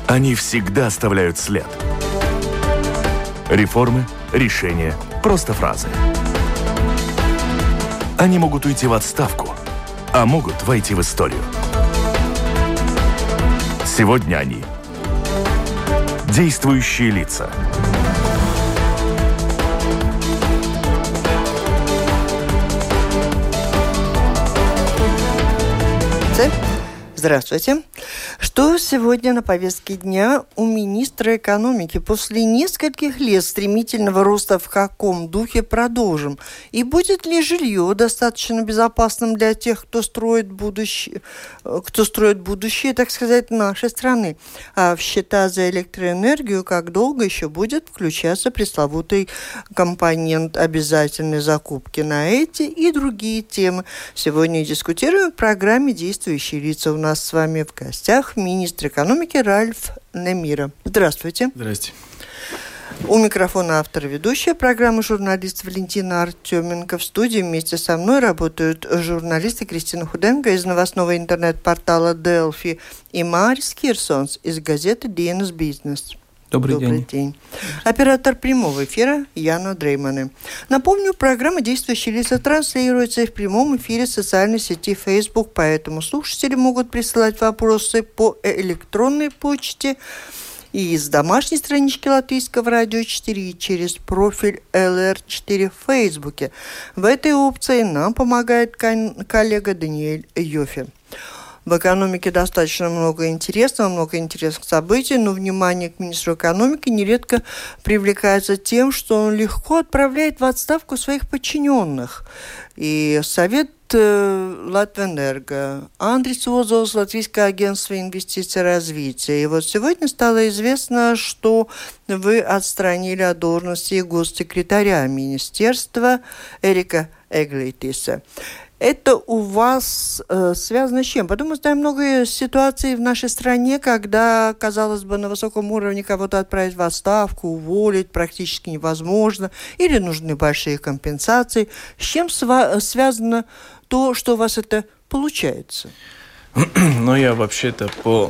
Они всегда оставляют след. Реформы, решения, просто фразы. Они могут уйти в отставку, а могут войти в историю. Сегодня они – действующие лица. Здравствуйте. Что сегодня на повестке дня у министра экономики? После нескольких лет стремительного роста в каком духе продолжим? И будет ли жилье достаточно безопасным для тех, кто строит будущее, так сказать, нашей страны? А в счета за электроэнергию как долго еще будет включаться пресловутый компонент обязательной закупки? На эти и другие темы сегодня дискутируем в программе «Действующие лица». У нас с вами в гостях министр экономики Ральф Немира. Здравствуйте. Здрасте. У микрофона автор и ведущая программы журналист Валентина Артеменко. В студии вместе со мной работают журналисты Кристина Худенко из новостного интернет-портала Delfi и Марис Кирсонс из газеты Dienas Business. Добрый день. Оператор прямого эфира Яна Дреймане. Напомню, программа «Действующие лица» транслируется в прямом эфире в социальной сети Facebook, поэтому слушатели могут присылать вопросы по электронной почте и из домашней странички Латвийского радио 4 и через профиль LR4 в Фейсбуке. В этой опции нам помогает коллега Даниэль Йофе. В экономике достаточно много интересных событий, но внимание к министру экономики нередко привлекается тем, что он легко отправляет в отставку своих подчиненных. И Совет Латвэнерго, Андрис Озолс, Латвийское агентство инвестиций и развития. И вот сегодня стало известно, что вы отстранили от должности госсекретаря министерства Эрика Эглитиса. Это у вас связано с чем? Потому что много ситуаций в нашей стране, когда, казалось бы, на высоком уровне кого-то отправить в отставку, уволить практически невозможно, или нужны большие компенсации. С чем связано то, что у вас это получается? Ну, я вообще-то по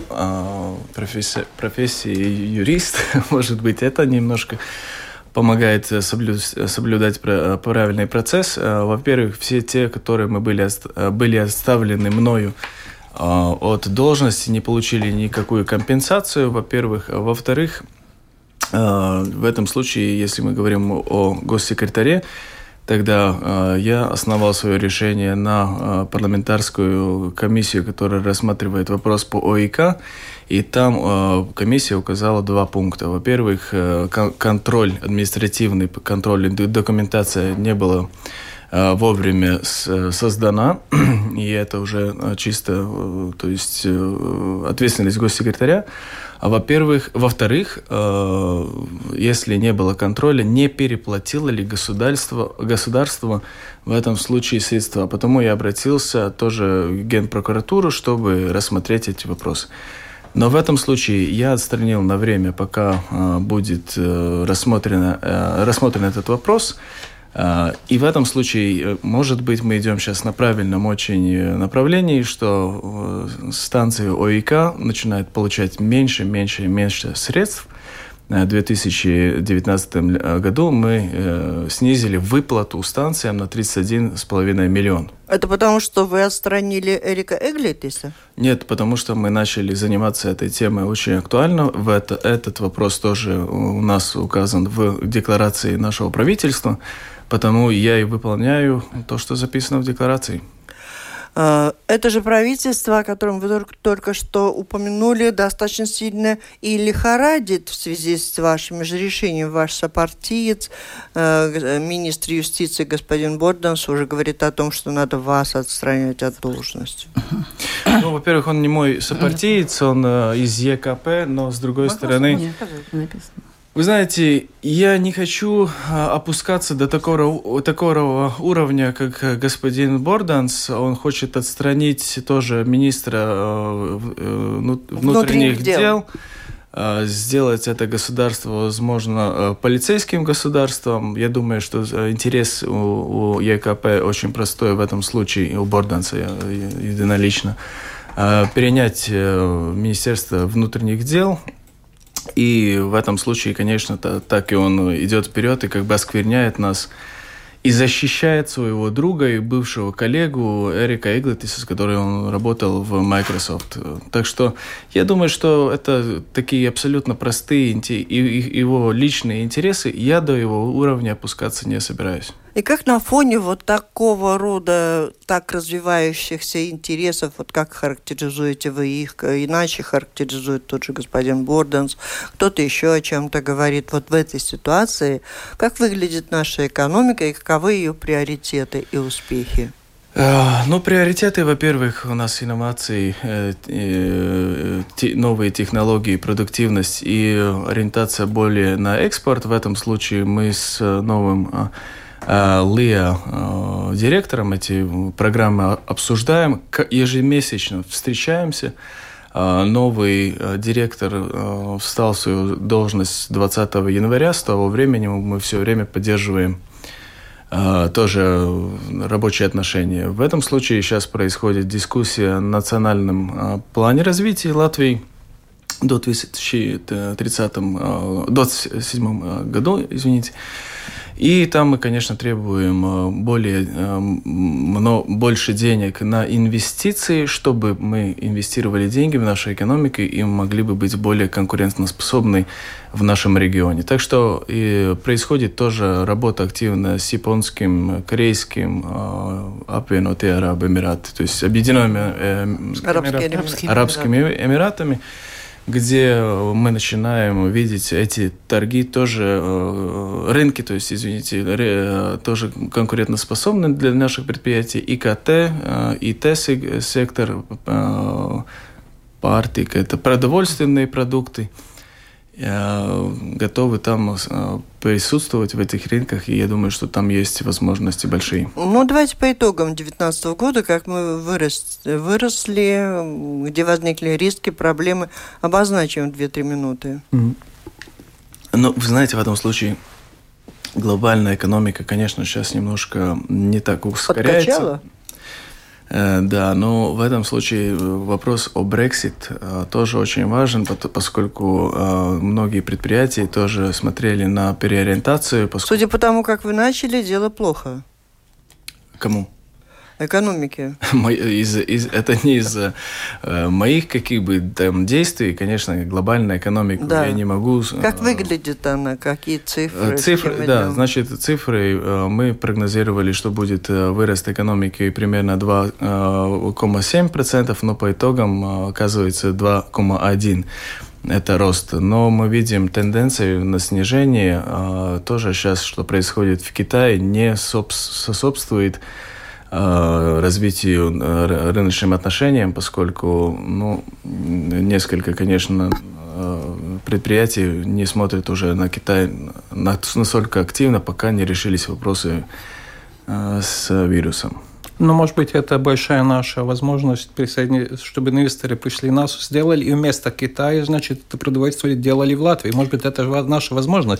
профессии юрист, может быть, это немножко помогает соблюдать правильный процесс. Во-первых, все те, которые мы были оставлены мною от должности, не получили никакую компенсацию, во-первых. Во-вторых, в этом случае, если мы говорим о госсекретаре, тогда я основал свое решение на парламентарскую комиссию, которая рассматривает вопрос по ОИК, и там комиссия указала 2 пункта. Во-первых, административный контроль, документация не была вовремя создана, и это уже чисто, то есть ответственность госсекретаря. А во-вторых, если не было контроля, не переплатило ли государство в этом случае средства. Потому я обратился тоже в Генпрокуратуру, чтобы рассмотреть эти вопросы. Но в этом случае я отстранил на время, пока будет рассмотрен этот вопрос. И в этом случае, может быть, мы идем сейчас на правильном очень направлении, что станции ОИК начинают получать меньше средств. В 2019 году мы снизили выплату станциям на 31,5 миллиона. Это потому, что вы отстранили Эрика Эглитиса? Нет, потому что мы начали заниматься этой темой очень актуально. Этот вопрос тоже у нас указан в декларации нашего правительства, потому я и выполняю то, что записано в декларации. Это же правительство, о котором вы только что упомянули, достаточно сильно и лихорадит в связи с вашими же решениями. Ваш сопартиец, министр юстиции господин Борданс, уже говорит о том, что надо вас отстранять от должности. Ну, во-первых, он не мой сопартиец, он из ЕКП, но с другой стороны... Вы знаете, я не хочу опускаться до такого уровня, как господин Борданс. Он хочет отстранить тоже министра внутренних дел, сделать это государство, возможно, полицейским государством. Я думаю, что интерес у ЕКП очень простой в этом случае, у Борданса единолично. Перенять Министерство внутренних дел И в этом случае, конечно, так и он идет вперед и как бы оскверняет нас и защищает своего друга и бывшего коллегу Эрика Иглетиса, с которым он работал в Microsoft. Так что я думаю, что это такие абсолютно простые его личные интересы. Я до его уровня опускаться не собираюсь. И как на фоне вот такого рода так развивающихся интересов, вот как характеризуете вы их, иначе характеризует тот же господин Борденс, кто-то еще о чем-то говорит. Вот в этой ситуации как выглядит наша экономика и каковы ее приоритеты и успехи? Ну, приоритеты, во-первых, у нас инновации, новые технологии, продуктивность и ориентация более на экспорт. В этом случае мы с новым ЛИА директором эти программы обсуждаем, ежемесячно встречаемся. Новый директор встал в свою должность 20 января. С того времени мы все время поддерживаем тоже рабочие отношения. В этом случае сейчас происходит дискуссия о национальном плане развития Латвии до 2027 году, извините. И там мы, конечно, требуем больше денег на инвестиции, чтобы мы инвестировали деньги в нашу экономику и могли бы быть более конкурентоспособны в нашем регионе. Так что и происходит тоже работа активная с японским, корейским, Объединенные Арабские Эмираты, то есть Объединенными Арабскими Эмиратами, где мы начинаем видеть эти торги тоже, рынки, то есть, извините, тоже конкурентоспособны для наших предприятий, ИКТ, ИТ-сектор, Партик, это продовольственные продукты, готовы там присутствовать в этих рынках, и я думаю, что там есть возможности большие. Ну, давайте по итогам 2019 года, как мы выросли, где возникли риски, проблемы, обозначим 2-3 минуты. Ну, вы знаете, в этом случае глобальная экономика, конечно, сейчас немножко не так ускоряется. Подкачала? Да, но в этом случае вопрос о Brexit тоже очень важен, поскольку многие предприятия тоже смотрели на переориентацию. Судя по тому, как вы начали, дело плохо. Кому? Экономики. Это не из-за моих каких бы там действий, конечно, глобальная экономика, да. Я не могу... Как выглядит она? Какие цифры? Да, значит, цифры мы прогнозировали, что будет вырост экономики примерно 2,7%, но по итогам оказывается 2,1%. Это рост. Но мы видим тенденцию на снижение. Тоже сейчас, что происходит в Китае, не способствует развитию рыночным отношениям, поскольку несколько, конечно, предприятий не смотрят уже на Китай настолько активно, пока не решились вопросы с вирусом. Но, может быть, это большая наша возможность чтобы инвесторы пришли нас, сделали, и вместо Китая, значит, это производство делали в Латвии. Может быть, это наша возможность?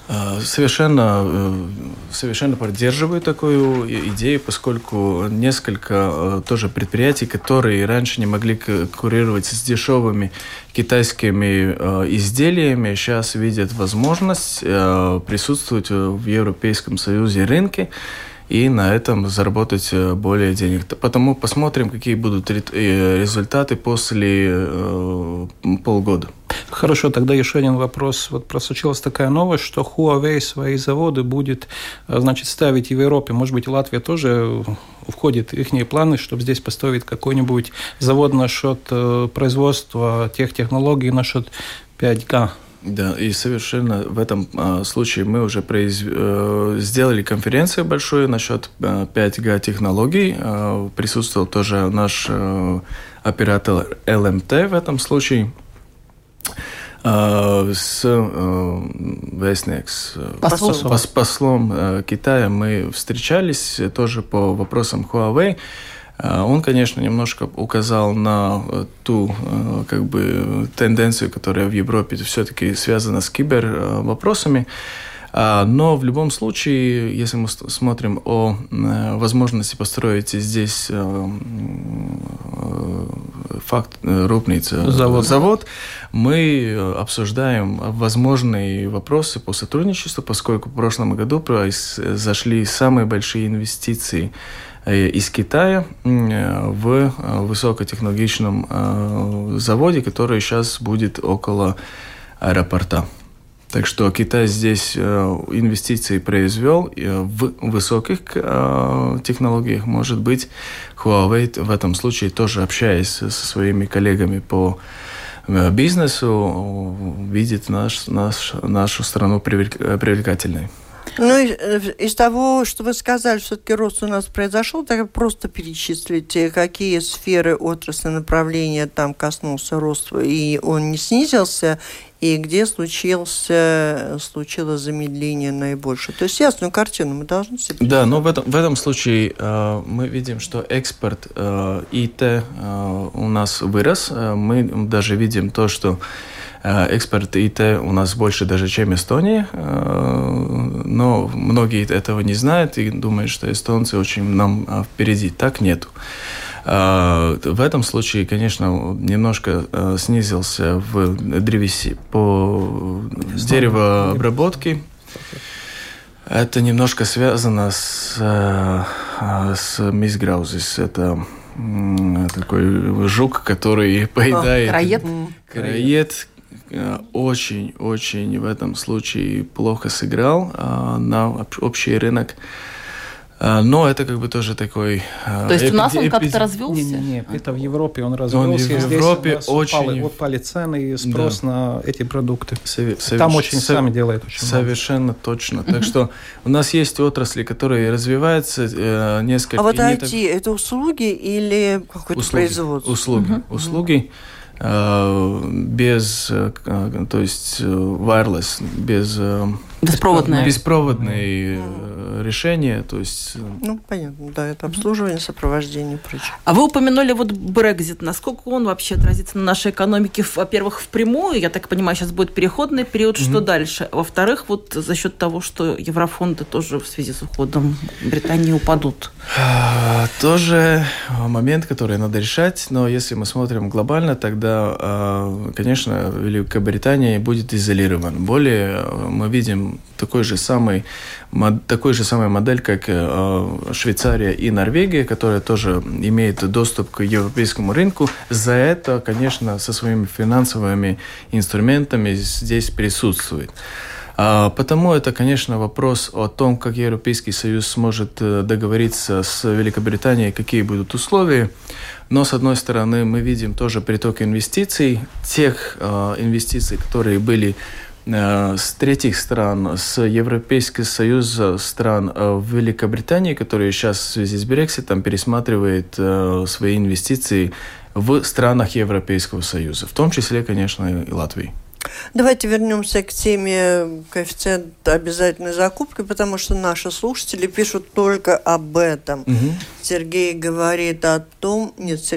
Совершенно поддерживаю такую идею, поскольку несколько тоже предприятий, которые раньше не могли конкурировать с дешевыми китайскими изделиями, сейчас видят возможность присутствовать в Европейском Союзе рынке и на этом заработать более денег. Потому посмотрим, какие будут результаты после полгода. Хорошо, тогда еще один вопрос. Вот просочилась такая новость, что Huawei свои заводы будет, значит, ставить и в Европе. Может быть, Латвия тоже входит в их планы, чтобы здесь поставить какой-нибудь завод насчет производства тех технологий, насчет 5G. Да, и совершенно в этом случае мы уже сделали конференцию большую насчет 5G технологий. Присутствовал тоже наш оператор ЛМТ в этом случае. С послом Китая мы встречались тоже по вопросам Huawei. Он, конечно, немножко указал на ту тенденцию, которая в Европе все-таки связана с кибервопросами. Но в любом случае, если мы смотрим о возможности построить здесь завод, мы обсуждаем возможные вопросы по сотрудничеству, поскольку в прошлом году произошли самые большие инвестиции из Китая в высокотехнологичном заводе, который сейчас будет около аэропорта. Так что Китай здесь инвестиции произвел в высоких технологиях. Может быть, Huawei в этом случае тоже, общаясь со своими коллегами по бизнесу, видит нашу страну привлекательной. Ну, из того, что вы сказали, все-таки рост у нас произошел, так просто перечислите, какие сферы, отрасли, направления там коснулся рост, и он не снизился, и где случилось замедление наибольшее. То есть ясную картину мы должны себе представить. Да, но в этом случае мы видим, что экспорт ИТ у нас вырос. Мы даже видим то, что экспорт ИТ у нас больше даже, чем Эстония, но многие этого не знают и думают, что эстонцы очень нам впереди. Так нету. В этом случае, конечно, немножко снизился в по деревообработке. Это немножко связано с мизграузис. Это такой жук, который поедает... Короед. Очень в этом случае плохо сыграл на общий рынок. Но это как бы тоже такой... То есть у нас он как-то развелся? Нет, это в Европе он развелся. В Европе очень... упали цены и спрос на эти продукты. Там очень сами делают. Очень совершенно много. Точно. Так что у нас есть отрасли, которые развиваются несколько... А вот IT – это услуги или какое-то производство? Услуги. Без, то есть wireless, беспроводные решения, то есть... Ну, понятно, да, это обслуживание, сопровождение и прочее. А вы упомянули вот Brexit. Насколько он вообще отразится на нашей экономике, во-первых, впрямую, я так понимаю, сейчас будет переходный период, что дальше? Во-вторых, вот за счет того, что еврофонды тоже в связи с уходом Британии упадут? Тоже момент, который надо решать, но если мы смотрим глобально, тогда, конечно, Великобритания будет изолирована. Более мы видим такой же самой модель, как Швейцария и Норвегия, которая тоже имеет доступ к европейскому рынку. За это, конечно, со своими финансовыми инструментами здесь присутствует. Потому это, конечно, вопрос о том, как Европейский Союз сможет договориться с Великобританией, какие будут условия. Но, с одной стороны, мы видим тоже приток инвестиций, тех инвестиций, которые были с третьих стран, с Европейского Союза стран в Великобритании, которые сейчас в связи с Брекситом пересматривают свои инвестиции в странах Европейского Союза, в том числе, конечно, и Латвии. Давайте вернемся к теме коэффициента обязательной закупки, потому что наши слушатели пишут только об этом. Сергей говорит о том,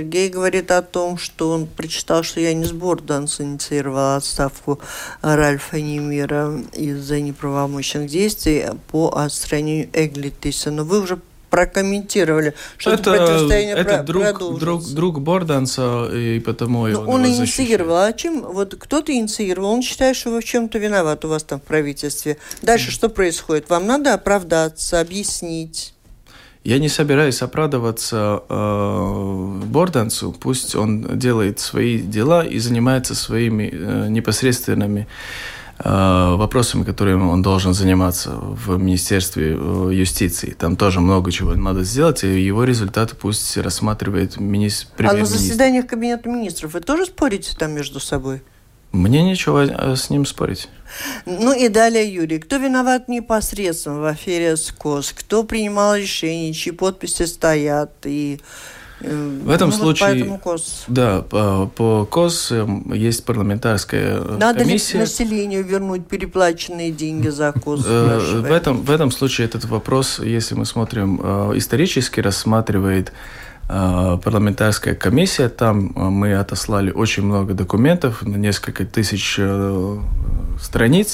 что он прочитал, что Янис Борданс инициировал отставку Ральфа Немира из-за неправомочных действий по отстранению Эглитиса. Но вы уже прокомментировали, что это противостояние продолжится. Друг Борданса, и потому он инициировал. А чем? Вот кто-то инициировал, он считает, что вы в чем-то виноват у вас там в правительстве. Дальше что происходит? Вам надо оправдаться, объяснить. Я не собираюсь оправдываться Бордансу. Пусть он делает свои дела и занимается своими непосредственными вопросами, которыми он должен заниматься в Министерстве юстиции. Там тоже много чего надо сделать, и его результаты пусть рассматривает премьер-министр. А на заседаниях Кабинета министров вы тоже спорите там между собой? Мне нечего с ним спорить. Ну и далее, Юрий. Кто виноват непосредственно в афере с КОС? Кто принимал решения, чьи подписи стоят? И в этом случае, да, по КОС есть парламентарская комиссия. Надо ли населению вернуть переплаченные деньги за КОС? В этом случае этот вопрос, если мы смотрим исторически, рассматривает парламентарская комиссия. Там мы отослали очень много документов, несколько тысяч страниц.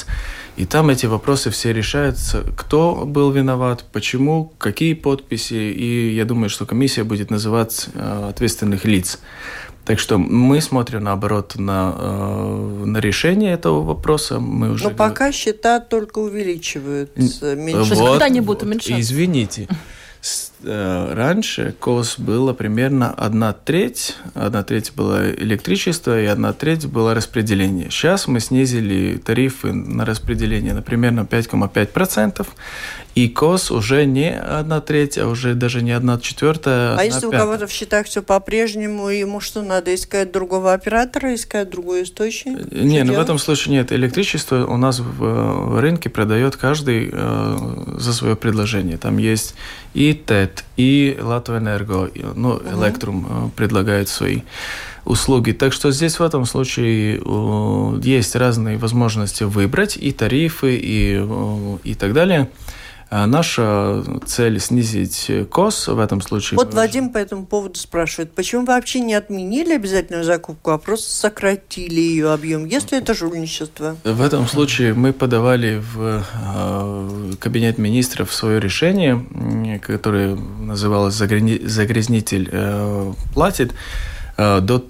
И там эти вопросы все решаются, кто был виноват, почему, какие подписи. И я думаю, что комиссия будет называть ответственных лиц. Так что мы смотрим, наоборот, на решение этого вопроса. Мы уже пока счета только увеличиваются. Вот, когда они будут уменьшаться? Извините. Раньше КОС было примерно 1/3. 1/3 было электричество и 1/3 было распределение. Сейчас мы снизили тарифы на распределение на примерно 5,5%. И КОС уже не 1/3, а уже даже не 1/4. А если у кого-то в счетах все по-прежнему, ему что, надо искать другого оператора, искать другой источник? Не, в этом случае нет. Электричество у нас в рынке продает каждый за свое предложение. Там есть и ТЭТ, и Латвэнерго, Электрум предлагают свои услуги. Так что здесь в этом случае есть разные возможности выбрать и тарифы, и так далее. Наша цель снизить КОС в этом случае. Вот Вадим по этому поводу спрашивает, почему вообще не отменили обязательную закупку, а просто сократили ее объем, если это жульничество? В этом случае мы подавали в кабинет министров свое решение, которое называлось «Загрязнитель платит». До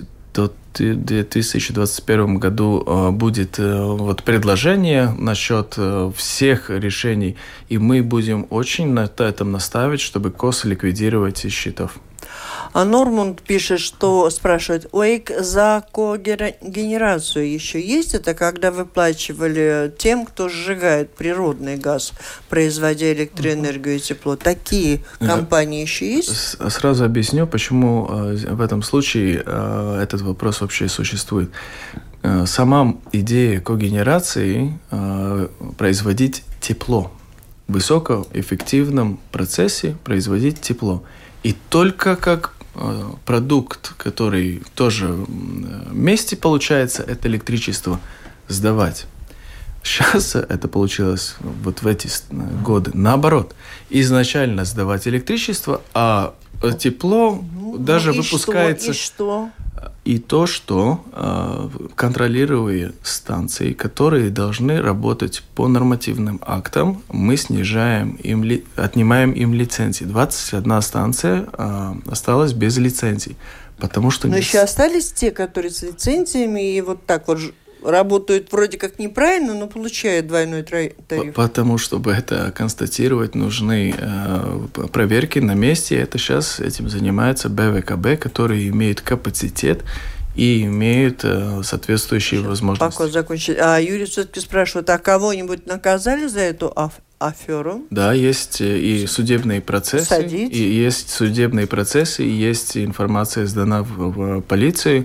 2021 году будет предложение насчет всех решений, и мы будем очень на этом наставить, чтобы КОС ликвидировать из счетов. А Нормунд пишет, спрашивает, ОЭК за когенерацию еще есть? Это когда выплачивали тем, кто сжигает природный газ, производя электроэнергию и тепло. Такие компании еще есть? Сразу объясню, почему в этом случае этот вопрос вообще существует. Сама идея когенерации производить тепло. В высокоэффективном процессе производить тепло. И только как продукт, который тоже вместе получается, это электричество, сдавать. Сейчас это получилось в эти годы наоборот. Изначально сдавать электричество, а тепло даже выпускается... И что? И то, что контролируемые станции, которые должны работать по нормативным актам, мы отнимаем им лицензии. 21 станция осталась без лицензий. Потому что но еще остались те, которые с лицензиями и вот так вот работают вроде как неправильно, но получают двойной тариф. Потому что, чтобы это констатировать, нужны проверки на месте. Это сейчас этим занимается БВКБ, который имеет капацитет и имеют соответствующие возможности. Пока закончили. А Юрий все-таки спрашивает, а кого-нибудь наказали за эту аферу? Да, есть и судебные процессы. И есть судебные процессы, и есть информация сдана в полицию.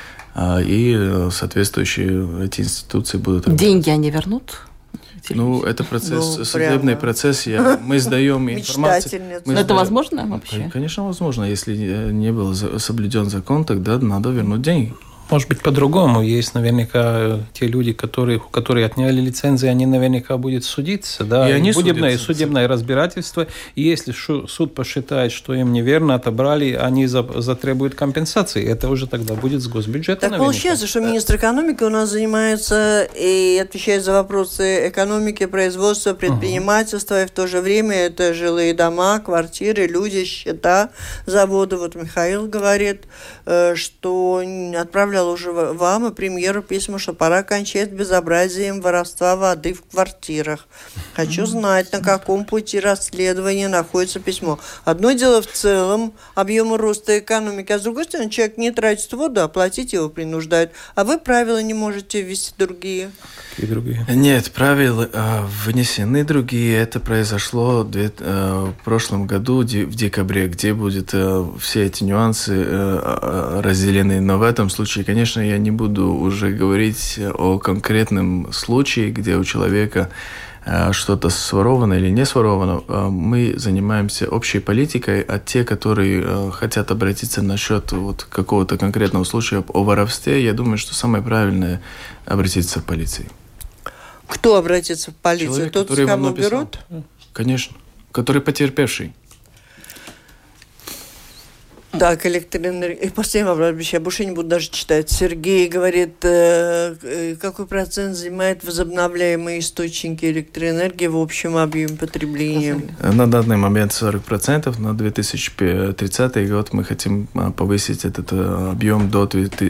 И соответствующие эти институции будут... Деньги они вернут? Это процесс, судебный процесс. Мы сдаем информацию. Но это возможно вообще? Конечно, возможно. Если не был соблюден закон, тогда надо вернуть деньги. Может быть, по-другому. Есть наверняка те люди, которые отняли лицензии, они наверняка будут судиться. Да? И они судебное разбирательство. И если суд посчитает, что им неверно отобрали, они затребуют компенсации. Это уже тогда будет с госбюджета. Так наверняка. Получается, что министр экономики у нас занимается и отвечает за вопросы экономики, производства, предпринимательства, и в то же время это жилые дома, квартиры, люди, счета, заводы. Вот Михаил говорит, что отправлял уже вам и премьеру письма, что пора кончать безобразием воровства воды в квартирах. Хочу знать, на каком пути расследования находится письмо. Одно дело в целом объема роста экономики, а с другой стороны, человек не тратит воду, а платить его принуждают. А вы правила не можете ввести другие? Какие другие? Нет, правила внесены другие. Это произошло в прошлом году, в декабре, где будут все эти нюансы разделены. Но в этом случае, конечно, я не буду уже говорить о конкретном случае, где у человека что-то своровано или не своровано. Мы занимаемся общей политикой, а те, которые хотят обратиться насчет какого-то конкретного случая о воровстве, я думаю, что самое правильное обратиться в полицию. Кто обратится в полицию? Человек, тот, с кого берут? Конечно. Который потерпевший. Так, электроэнергия. Последний вопрос, я больше не буду даже читать. Сергей говорит, какой процент занимает возобновляемые источники электроэнергии в общем объеме потребления? На данный момент 40%, на 2030 год мы хотим повысить этот объем до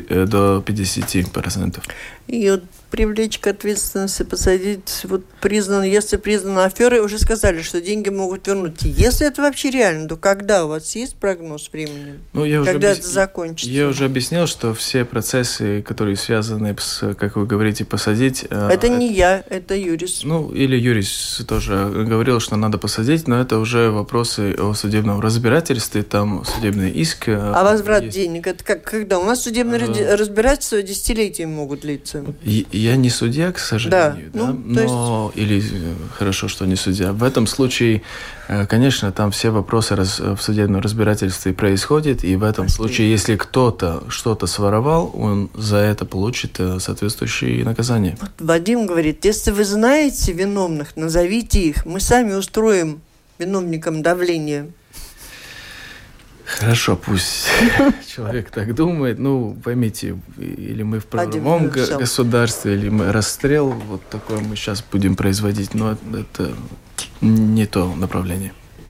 50%. И вот привлечь к ответственности, посадить, если признана аферой, уже сказали, что деньги могут вернуть. Если это вообще реально, то когда у вас есть прогноз времени? Когда это закончится? Я уже объяснил, что все процессы, которые связаны с, как вы говорите, посадить... Это не я, это юрист. Или юрист тоже говорил, что надо посадить, но это уже вопросы о судебном разбирательстве, там судебный иск. А возврат денег, это когда? У нас судебные разбирательства десятилетиями могут длиться. Я не судья, к сожалению, или хорошо, что не судья. В этом случае, конечно, там все вопросы в судебном разбирательстве происходят, и в этом случае, если кто-то что-то своровал, он за это получит соответствующие наказания. Вадим говорит, если вы знаете виновных, назовите их, мы сами устроим виновникам давление. Хорошо, пусть человек так думает. Поймите, или мы в правовом государстве, или мы расстрел, вот такой мы сейчас будем производить, но это не то направление.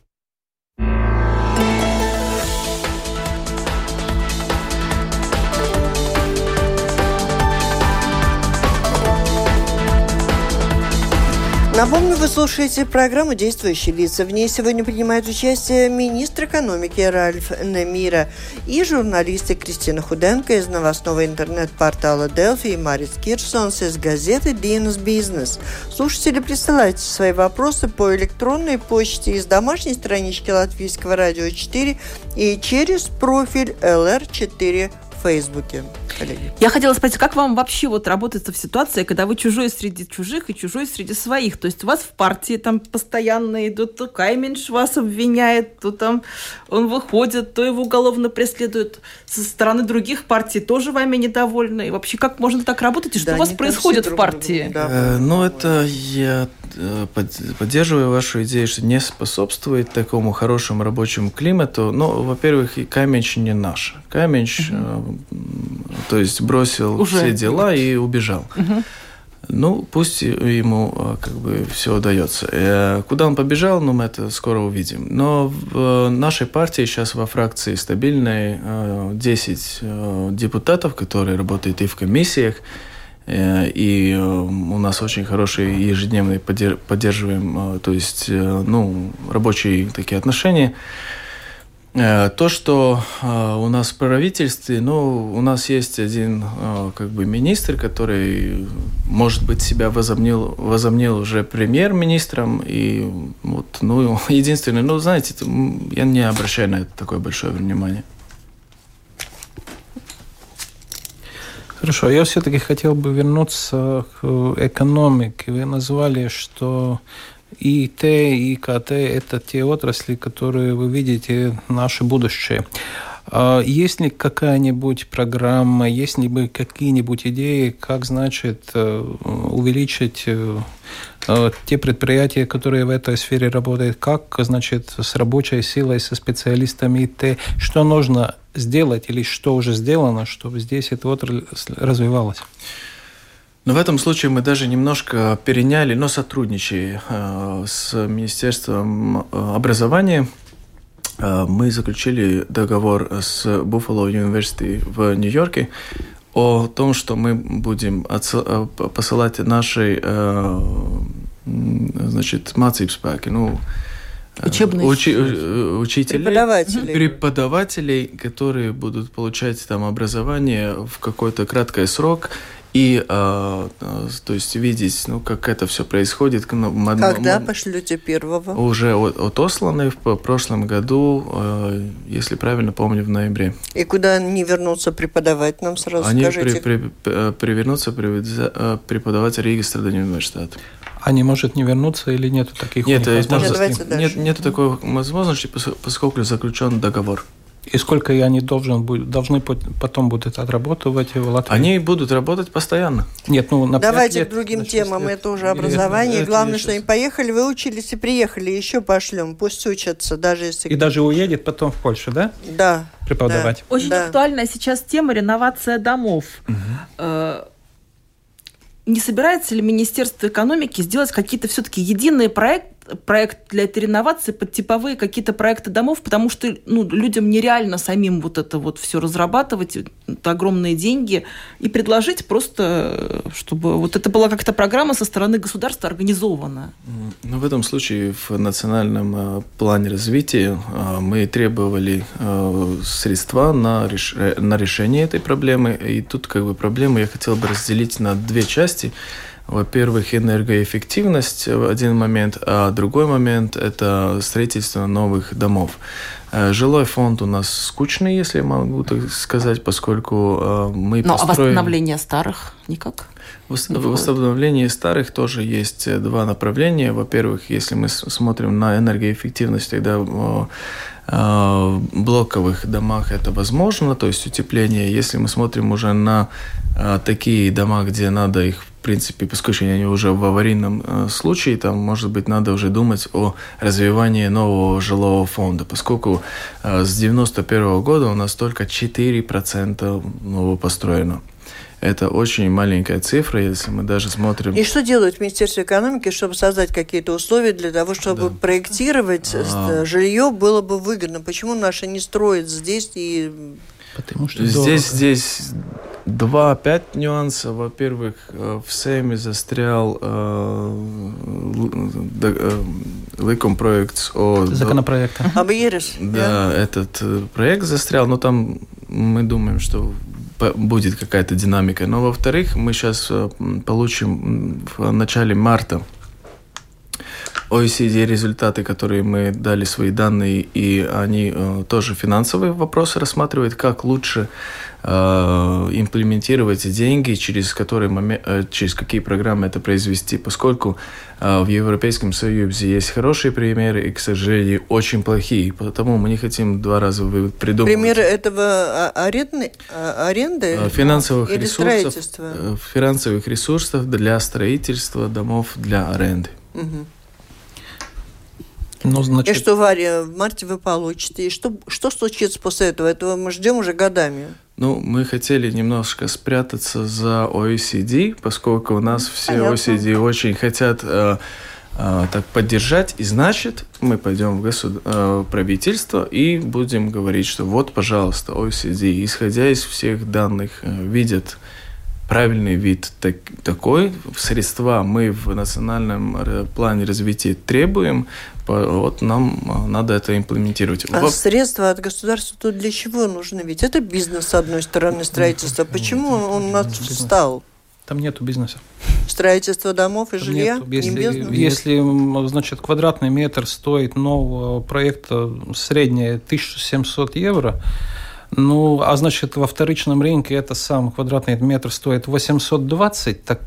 Напомню, вы слушаете программу «Действующие лица». В ней сегодня принимают участие министр экономики Ральф Немира и журналисты Кристина Худенко из новостного интернет-портала Delfi и Марис Кирсонс из газеты «Dienas Business». Слушатели, присылайте свои вопросы по электронной почте из домашней странички Латвийского радио 4 и через профиль LR4 в Фейсбуке. Коллеги. Я хотела спросить, как вам вообще работает в ситуации, когда вы чужой среди чужих и чужой среди своих? То есть у вас в партии там постоянно идут, то Кайменш вас обвиняет, то там он выходит, то его уголовно преследуют. Со стороны других партий тоже вами недовольны. И вообще, как можно так работать? И что у вас происходит в партии? Это я поддерживаю вашу идею, что не способствует такому хорошему рабочему климату. Во-первых, и Кайменш не наш. Кайменш, то есть бросил все дела и убежал. Пусть ему все удается. Куда он побежал, мы это скоро увидим. Но в нашей партии сейчас во фракции стабильной 10 депутатов, которые работают и в комиссиях, и у нас очень хорошие ежедневные поддерживаем, рабочие такие отношения. То, что у нас в правительстве, у нас есть один министр, который, может быть, себя возомнил уже премьер-министром, и единственное, знаете, я не обращаю на это такое большое внимание. Хорошо, я все-таки хотел бы вернуться к экономике. Вы назвали, что ИТ и ИКТ – это те отрасли, которые вы видите наше будущее. Есть ли какая-нибудь программа, есть ли какие-нибудь идеи, как, увеличить те предприятия, которые в этой сфере работают, как, с рабочей силой, со специалистами ИТ, что нужно сделать или что уже сделано, чтобы здесь эта отрасль развивалась? Но в этом случае мы даже немножко переняли, но сотрудничая с Министерством образования, мы заключили договор с Buffalo University в Нью-Йорке о том, что мы будем посылать наши mācībspēki, учителей, преподавателей, которые будут получать там образование в какой-то краткий срок, и то есть видеть, как это все происходит. Когда пошлете первого? Уже отосланы в прошлом году, если правильно помню, в ноябре. И куда они вернутся преподавать, нам сразу скажите? Они вернутся преподавать Риgas Страдаņu университета. Они, может, не вернуться или нету таких возможностей? Нету такой возможности, поскольку заключен договор. И сколько они должны потом будут отрабатывать в Латвии? Они будут работать постоянно. Нет, на 5 Давайте лет, к другим на 6 темам. лет. Это уже образование. Это Главное, я что они сейчас- поехали, выучились и приехали. Еще пошлем. Пусть учатся, даже если... И даже уедет потом в Польшу, да? Да. Преподавать. Очень Да. актуальная сейчас тема реновация домов. Не собирается ли Министерство экономики сделать какие-то все-таки единые проект для этой реновации под типовые какие-то проекты домов, потому что людям нереально самим вот это вот все разрабатывать, это огромные деньги, и предложить просто, чтобы вот это была как-то программа со стороны государства организована. Ну, в этом случае в национальном плане развития мы требовали средства на решение этой проблемы. И тут проблему я хотел бы разделить на две части. Во-первых, энергоэффективность в один момент, а другой момент – это строительство новых домов. Жилой фонд у нас скучный, если я могу так сказать, поскольку мы построим... А восстановление старых никак? В восстановлении старых тоже есть два направления. Во-первых, если мы смотрим на энергоэффективность, тогда в блоковых домах это возможно, то есть утепление. Если мы смотрим уже на такие дома, где надо их, в принципе, поскольку они уже в аварийном случае, там, может быть, надо уже думать о развивании нового жилого фонда, поскольку с 1991 года у нас только 4% нового построено. Это очень маленькая цифра, если мы даже смотрим... И что делает Министерство экономики, чтобы создать какие-то условия для того, чтобы проектировать жилье было бы выгодно? Почему наши не строят здесь и... Потому что здесь 2-5 нюансов. Во-первых, в Сейме застрял законопроект о... Законопроект. Об ЕРЕС. Да, этот проект застрял, но там мы думаем, что будет какая-то динамика. Но, во-вторых, мы сейчас получим в начале марта OECD результаты, которые мы дали свои данные, и они тоже финансовые вопросы рассматривают, как лучше имплементировать деньги, через какие программы это произвести, поскольку в Европейском Союзе есть хорошие примеры и, к сожалению, очень плохие, потому мы не хотим два раза придумывать. Примеры этого аренды финансовых или ресурсов, строительства? финансовых ресурсов для строительства домов для аренды. Угу. Ну, значит... И что в марте вы получите? И что случится после этого? Этого мы ждем уже годами. Ну, мы хотели немножко спрятаться за OECD, поскольку у нас все OECD очень хотят так поддержать. И значит, мы пойдем в правительство и будем говорить, что вот, пожалуйста, OECD, исходя из всех данных, видят правильный вид такой. Средства мы в национальном плане развития требуем. Вот нам надо это имплементировать. А средства от государства тут для чего нужны? Ведь это бизнес, с одной стороны, строительство. Почему он у нас встал? Там нету бизнеса. Строительство домов и Там жилья? нету. Если, значит, квадратный метр стоит нового проекта среднее 1700 евро, ну, а значит, во вторичном рынке это сам квадратный метр стоит 820, так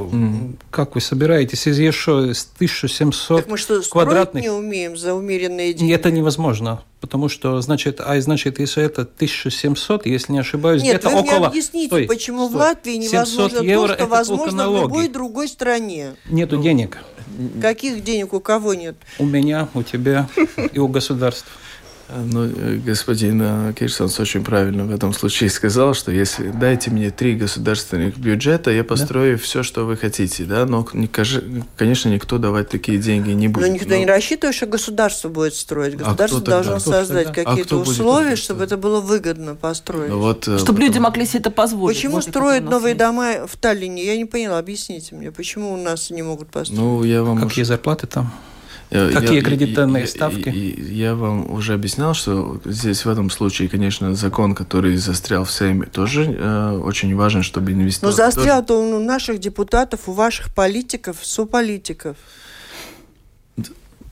как вы собираетесь из еще 1700 так мы что, квадратных... строить не умеем за умеренные деньги? Это невозможно, потому что, значит, если это 1700, если не ошибаюсь, нет, где-то вы около... мне объясните, почему в Латвии невозможно евро то, что возможно в любой налоги. другой стране? Нету денег. Каких денег, у кого нет? У меня, у тебя и у государства. Ну, господин Кирсонс очень правильно в этом случае сказал, что если дайте мне 3 государственных бюджета, я построю все, что вы хотите, да, но, конечно, никто давать такие деньги не будет. Но никто не рассчитывает, что государство будет строить. Государство должно создать какие-то условия, чтобы это было выгодно построить. Вот, чтобы люди могли себе это позволить. Почему строят новые дома в Таллине? Я не поняла, объясните мне, почему у нас не могут построить? Ну, я вам какие зарплаты там? Какие кредитные ставки? Я вам уже объяснял, что здесь в этом случае, конечно, закон, который застрял в Сейме, тоже очень важен, чтобы инвесторы... Но застрял-то у наших депутатов, у ваших политиков, сополитиков.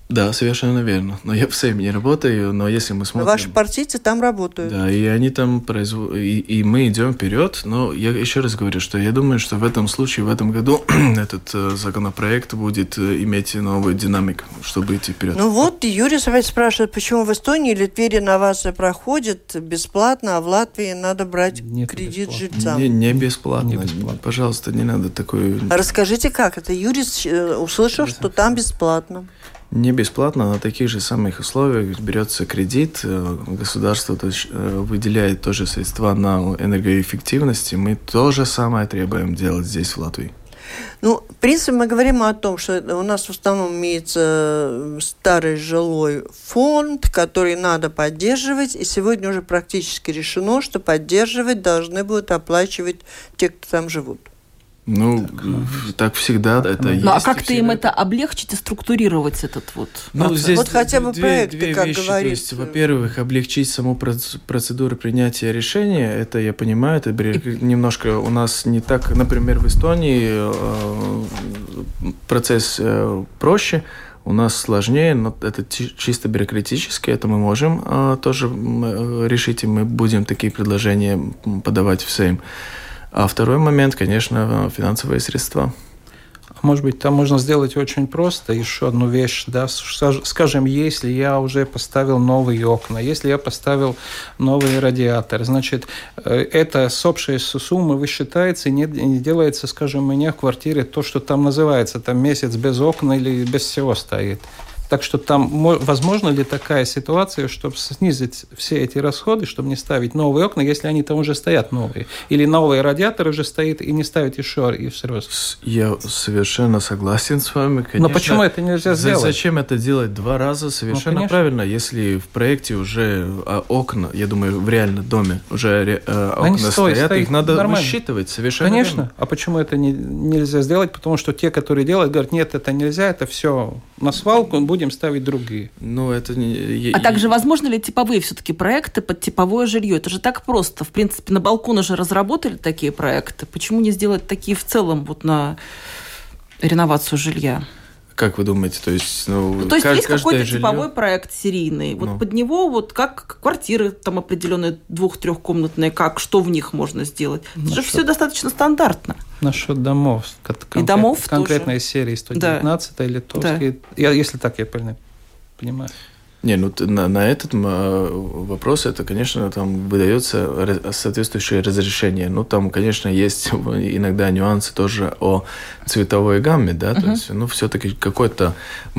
Да, совершенно верно. Но я в Сейме не работаю, но если мы смотрим... Но ваши партийцы там работают. Да, и они там и мы идем вперед, но я еще раз говорю, что я думаю, что в этом случае, в этом году этот законопроект будет иметь новую динамику, чтобы идти вперед. Ну вот, Юрий спрашивает, почему в Эстонии или Твери инновация проходит бесплатно, а в Латвии надо брать кредит жильцам? Не бесплатно. Пожалуйста, не надо такой... Расскажите, как это? Юрий услышал, что там бесплатно. Не бесплатно, на таких же самых условиях берется кредит, государство выделяет тоже средства на энергоэффективность, мы то же самое требуем делать здесь, в Латвии. Ну, в принципе, мы говорим о том, что у нас в основном имеется старый жилой фонд, который надо поддерживать, и сегодня уже практически решено, что поддерживать должны будут оплачивать те, кто там живут. Ну, так всегда это есть. Ну, а как-то им это облегчить и структурировать этот вот процесс? Здесь вот хотя бы проекты, две как вещи. говорится. То есть, во-первых, облегчить саму процедуру принятия решения, это я понимаю, это немножко у нас не так, например, в Эстонии процесс проще, у нас сложнее, но это чисто бюрократически, это мы можем тоже решить, и мы будем такие предложения подавать в Сейм. А второй момент, конечно, финансовые средства. Может быть, там можно сделать очень просто еще одну вещь. Да? Скажем, если я уже поставил новые окна, если я поставил новый радиатор, значит, это с общей суммы высчитается и не делается, скажем, у меня в квартире то, что там называется, там месяц без окна или без всего стоит. Так что там возможно ли такая ситуация, чтобы снизить все эти расходы, чтобы не ставить новые окна, если они там уже стоят новые? Или новый радиатор уже стоит и не ставить еще и все? Я совершенно согласен с вами, конечно. Но почему это нельзя сделать? Зачем это делать два раза? Совершенно правильно. Если в проекте уже окна, я думаю, в реальном доме уже окна стоят, их надо нормально высчитывать. Совершенно конечно. Верно. А почему это нельзя сделать? Потому что те, которые делают, говорят, нет, это нельзя, это все на свалку, будем ставить другие. Ну, это не... А также возможно ли типовые все-таки проекты под типовое жилье? Это же так просто. В принципе, на балкон уже разработали такие проекты. Почему не сделать такие в целом вот на реновацию жилья? Как вы думаете? То есть, есть какой-то типовой проект серийный. Вот под него вот как квартиры там определенные 2-3-комнатные, что в них можно сделать. Это же все достаточно стандартно. Насчет домов. И домов конкретной тоже. Серии 119 да. Литовской. Да. Если так я понимаю. Не, на этот вопрос это, конечно, там выдается соответствующее разрешение. Ну, там, конечно, есть иногда нюансы тоже о цветовой гамме, да, то есть, все-таки какой-то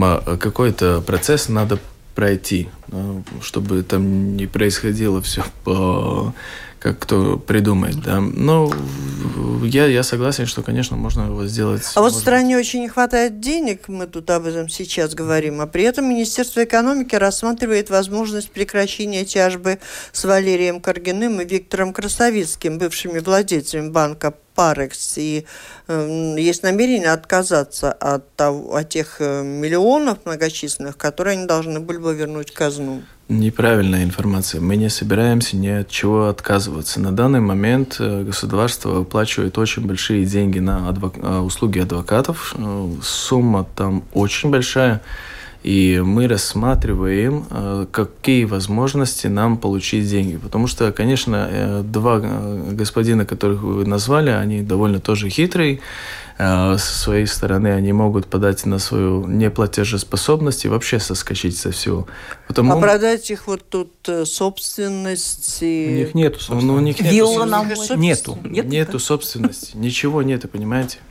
процесс надо пройти, чтобы там не происходило все как кто придумает, да. Но я согласен, что, конечно, можно его сделать. А вот в стране очень не хватает денег, мы тут об этом сейчас говорим, а при этом Министерство экономики рассматривает возможность прекращения тяжбы с Валерием Каргиным и Виктором Красовицким, бывшими владельцами банка Парекс, и есть намерение отказаться от тех миллионов многочисленных, которые они должны были бы вернуть в казну. Неправильная информация. Мы не собираемся ни от чего отказываться. На данный момент государство выплачивает очень большие деньги на услуги адвокатов. Сумма там очень большая. И мы рассматриваем, какие возможности нам получить деньги. Потому что, конечно, два господина, которых вы назвали, они довольно тоже хитрые. Со своей стороны они могут подать на свою неплатежеспособность и вообще соскочить со всего. Потому... А продать их вот тут собственности... У них нету собственности. У них вилла на море. Нету собственности. Ничего нету, понимаете?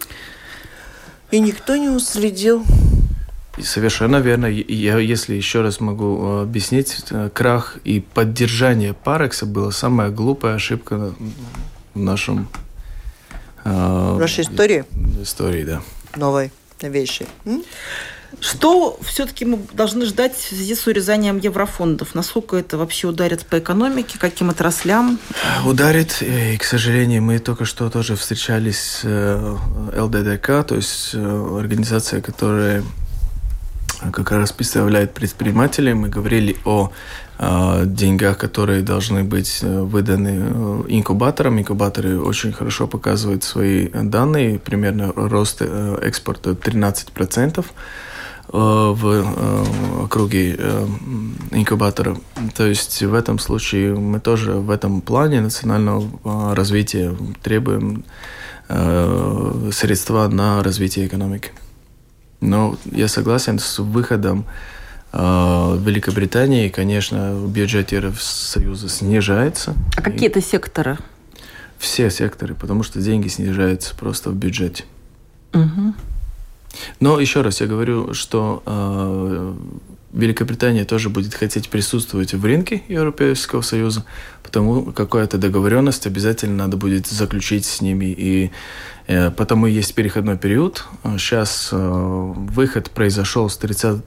И никто не уследил. Совершенно верно. Я, если еще раз могу объяснить, крах и поддержание Парекса была самая глупая ошибка в нашем... В нашей истории? Истории, да. Новой, новейшей. Что все-таки мы должны ждать в связи с урезанием еврофондов? Насколько это вообще ударит по экономике, каким отраслям? Ударит, и, к сожалению, мы только что тоже встречались с ЛДДК, то есть организация, которая как раз представляет предпринимателей. Мы говорили о деньгах, которые должны быть выданы инкубаторам. Инкубаторы очень хорошо показывают свои данные. Примерно рост экспорта 13%. в округе инкубатора. То есть в этом случае мы тоже в этом плане национального развития требуем средства на развитие экономики. Но я согласен с выходом Великобритании, конечно, бюджет Евросоюза снижается. А какие это секторы? Все секторы, потому что деньги снижаются просто в бюджете. Угу. Но еще раз я говорю, что Великобритания тоже будет хотеть присутствовать в рынке Европейского Союза, потому какая-то договоренность обязательно надо будет заключить с ними. И потому есть переходной период. Сейчас выход произошел с 31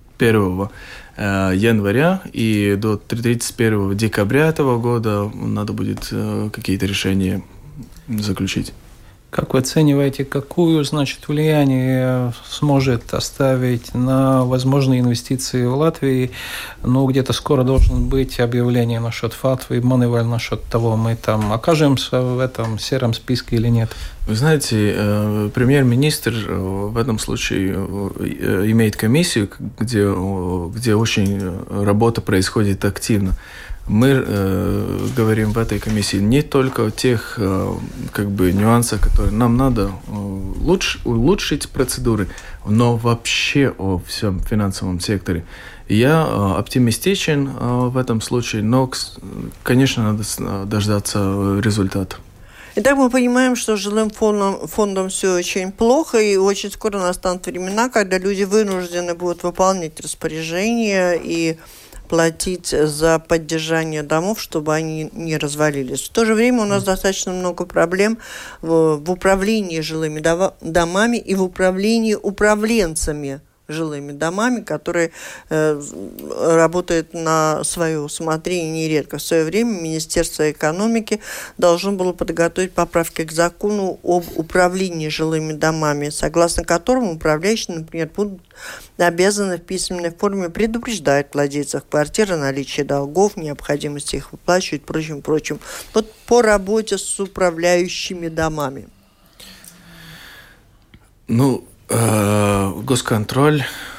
января, и до 31 декабря этого года надо будет какие-то решения заключить. Как вы оцениваете, какую, значит, влияние сможет оставить на возможные инвестиции в Латвии? Ну, где-то скоро должен быть объявление насчет ФАТВы, Маневаль насчет того, мы там окажемся в этом сером списке или нет? Вы знаете, премьер-министр в этом случае имеет комиссию, где очень работа происходит активно. Мы говорим в этой комиссии не только о тех нюансах, которые нам надо улучшить процедуры, но вообще о всем финансовом секторе. Я оптимистичен в этом случае, но, конечно, надо дождаться результата. Итак, мы понимаем, что жилым фондом все очень плохо, и очень скоро настанут времена, когда люди вынуждены будут выполнять распоряжения и платить за поддержание домов, чтобы они не развалились. В то же время у нас достаточно много проблем в управлении жилыми домами и в управлении управленцами жилыми домами, которые работают на свое усмотрение нередко. В свое время Министерство экономики должно было подготовить поправки к закону об управлении жилыми домами, согласно которому управляющие, например, будут обязаны в письменной форме предупреждать владельцев квартир о наличии долгов, необходимости их выплачивать, прочим. Вот по работе с управляющими домами. Госконтроль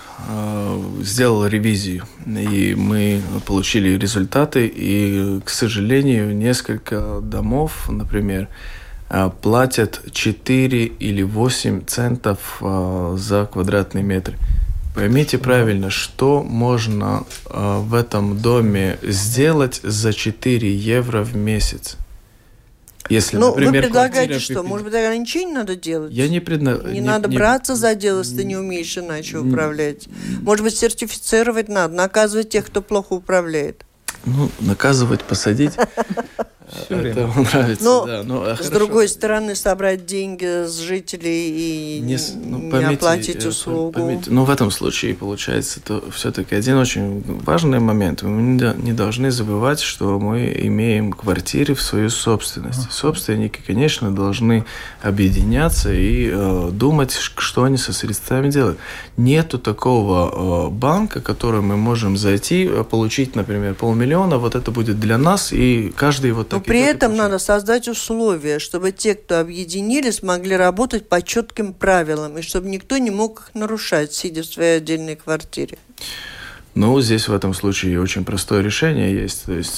сделал ревизию, и мы получили результаты, и, к сожалению, несколько домов, например, платят 4 или 8 центов за квадратный метр. Поймите правильно, что можно в этом доме сделать за 4 евро в месяц? Если, например, вы предлагаете, что? Может быть, тогда ничего не надо делать? Не надо браться за дело, если ты не умеешь иначе управлять. Может быть, сертифицировать надо, наказывать тех, кто плохо управляет. Наказывать, посадить. Это нравится, да. С другой стороны, собрать деньги с жителей и не оплатить услугу. В этом случае получается все-таки один очень важный момент. Мы не должны забывать, что мы имеем квартиры в свою собственность. Собственники, конечно, должны объединяться и думать, что они со средствами делают. Нету такого банка, в который мы можем зайти, получить, например, 500 000, вот это будет для нас, и каждый вот так. Но при этом надо создать условия, чтобы те, кто объединились, могли работать по четким правилам, и чтобы никто не мог их нарушать, сидя в своей отдельной квартире. Здесь в этом случае очень простое решение есть. То есть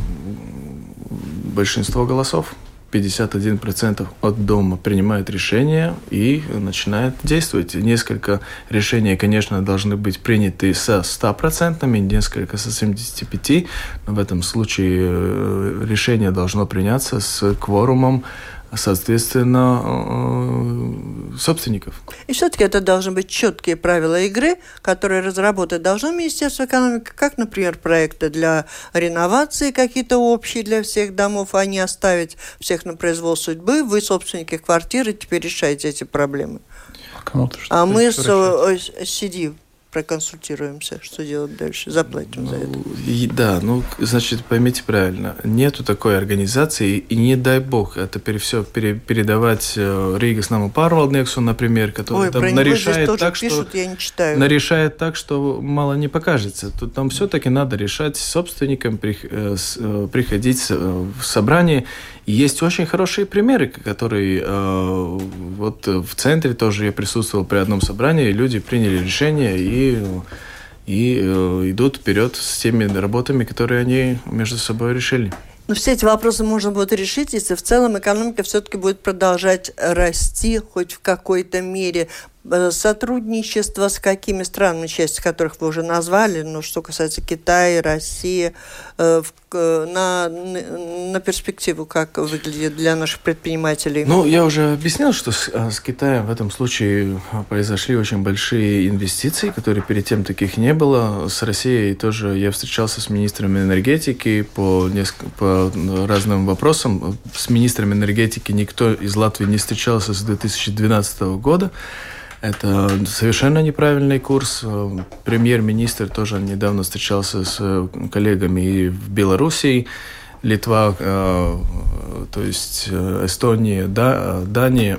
большинство голосов, 51% от дома принимает решение и начинает действовать. Несколько решений, конечно, должны быть приняты со 100%, несколько со 75%, но в этом случае решение должно приняться с кворумом, соответственно, собственников. И все-таки это должны быть четкие правила игры, которые разработать должно Министерство экономики, как, например, проекты для реновации какие-то общие для всех домов, а не оставить всех на произвол судьбы. Вы, собственники квартиры, теперь решаете эти проблемы. А мы сидим. проконсультируемся, что делать дальше, заплатим за это. Значит, поймите правильно, нету такой организации, и не дай бог это все передавать Рīgas namu pārvaldnieku, например, который там нарешает так, что нарешает так, что мало не покажется. Тут там все-таки надо решать собственникам, приходить в собрание. И есть очень хорошие примеры, которые вот в центре тоже я присутствовал при одном собрании, люди приняли решение и идут вперед с теми работами, которые они между собой решили. Но все эти вопросы можно будет решить, если в целом экономика все-таки будет продолжать расти хоть в какой-то мере. Сотрудничество с какими странами, часть которых вы уже назвали, но что касается Китая, России, на перспективу как выглядит для наших предпринимателей? Я уже объяснил, что с Китаем в этом случае произошли очень большие инвестиции, которые перед тем таких не было. С Россией тоже я встречался с министром энергетики по разным вопросам. С министром энергетики никто из Латвии не встречался с 2012 года. Это совершенно неправильный курс. Премьер-министр тоже недавно встречался с коллегами и в Белоруссии, Литва, то есть Эстония, Дания,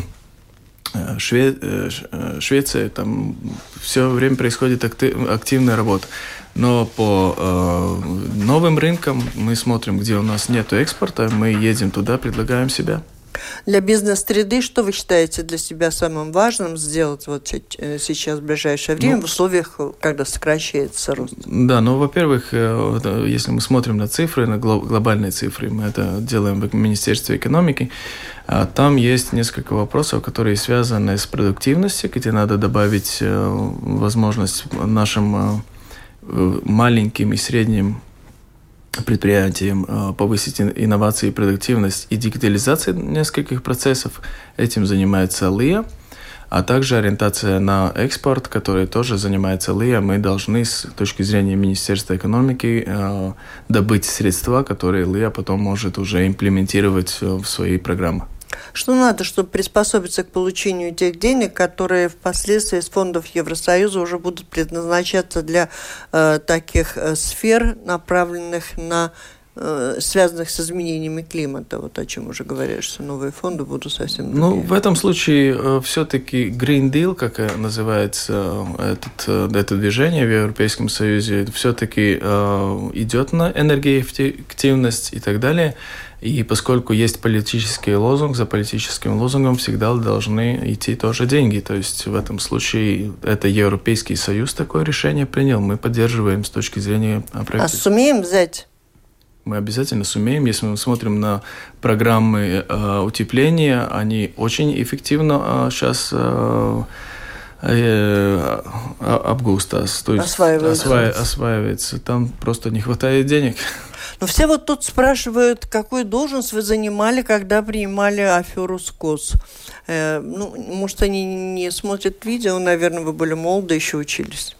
Швеция. Там все время происходит активная работа. Но по новым рынкам мы смотрим, где у нас нет экспорта, мы едем туда, предлагаем себя. Для бизнес-среды что вы считаете для себя самым важным сделать вот сейчас в ближайшее время в условиях, когда сокращается рост? Да, во-первых, если мы смотрим на цифры, на глобальные цифры, мы это делаем в Министерстве экономики, там есть несколько вопросов, которые связаны с продуктивностью, где надо добавить возможность нашим маленьким и средним предприятиям повысить инновации и продуктивность и дигитализацию нескольких процессов. Этим занимается ЛИА, а также ориентация на экспорт, который тоже занимается ЛИА. Мы должны с точки зрения Министерства экономики добыть средства, которые ЛИА потом может уже имплементировать в свои программы. Что надо, чтобы приспособиться к получению тех денег, которые впоследствии из фондов Евросоюза уже будут предназначаться для таких сфер, направленных на связанных с изменениями климата, вот о чем уже говорили, что новые фонды будут совсем другие. В этом случае все-таки Green Deal, как называется это движение в Европейском Союзе, все-таки идет на энергоэффективность и так далее. И поскольку есть политический лозунг, за политическим лозунгом всегда должны идти тоже деньги. То есть в этом случае это Европейский Союз такое решение принял. Мы поддерживаем с точки зрения правительства. А сумеем взять? Мы обязательно сумеем. Если мы смотрим на программы утепления, они очень эффективно сейчас обгустас, то есть осваивается. Там просто не хватает денег. Но все вот тут спрашивают, какую должность вы занимали, когда принимали аферу СКОС. Может, они не смотрят видео, наверное, вы были молоды, еще учились.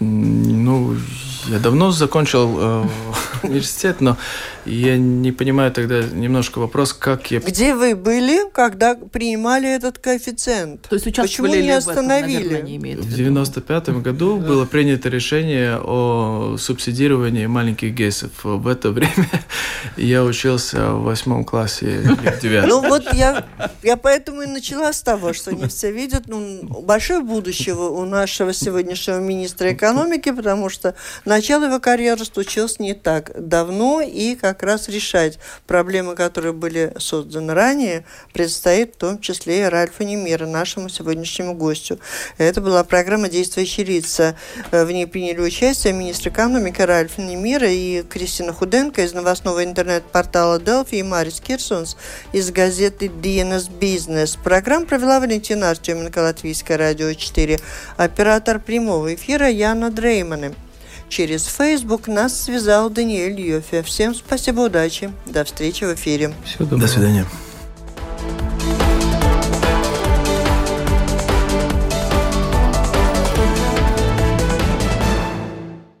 Я давно закончил университет, но я не понимаю тогда немножко вопрос, как я... Где вы были, когда принимали этот коэффициент? То есть участвовали Почему не остановили? В 1995 году было принято решение о субсидировании маленьких ГЭСов. В это время я учился в 8 классе, в 9. Я поэтому и начала с того, что не все видят. Большое будущее у нашего сегодняшнего министра экономики, потому что начало его карьеры случилось не так давно, и как раз решать проблемы, которые были созданы ранее, предстоит в том числе и Ральфу Немира, нашему сегодняшнему гостю. Это была программа «Действующие лица». В ней приняли участие министр экономики Ральф Немира и Кристина Худенко из новостного интернет-портала Delphi и Марис Кирсонс из газеты DNS Business. Программу провела Валентина Артеменко, Латвийское радио 4, оператор прямого эфира Яна Дреймане. Через Facebook нас связал Даниэль Йофе. Всем спасибо, удачи. До встречи в эфире. До свидания.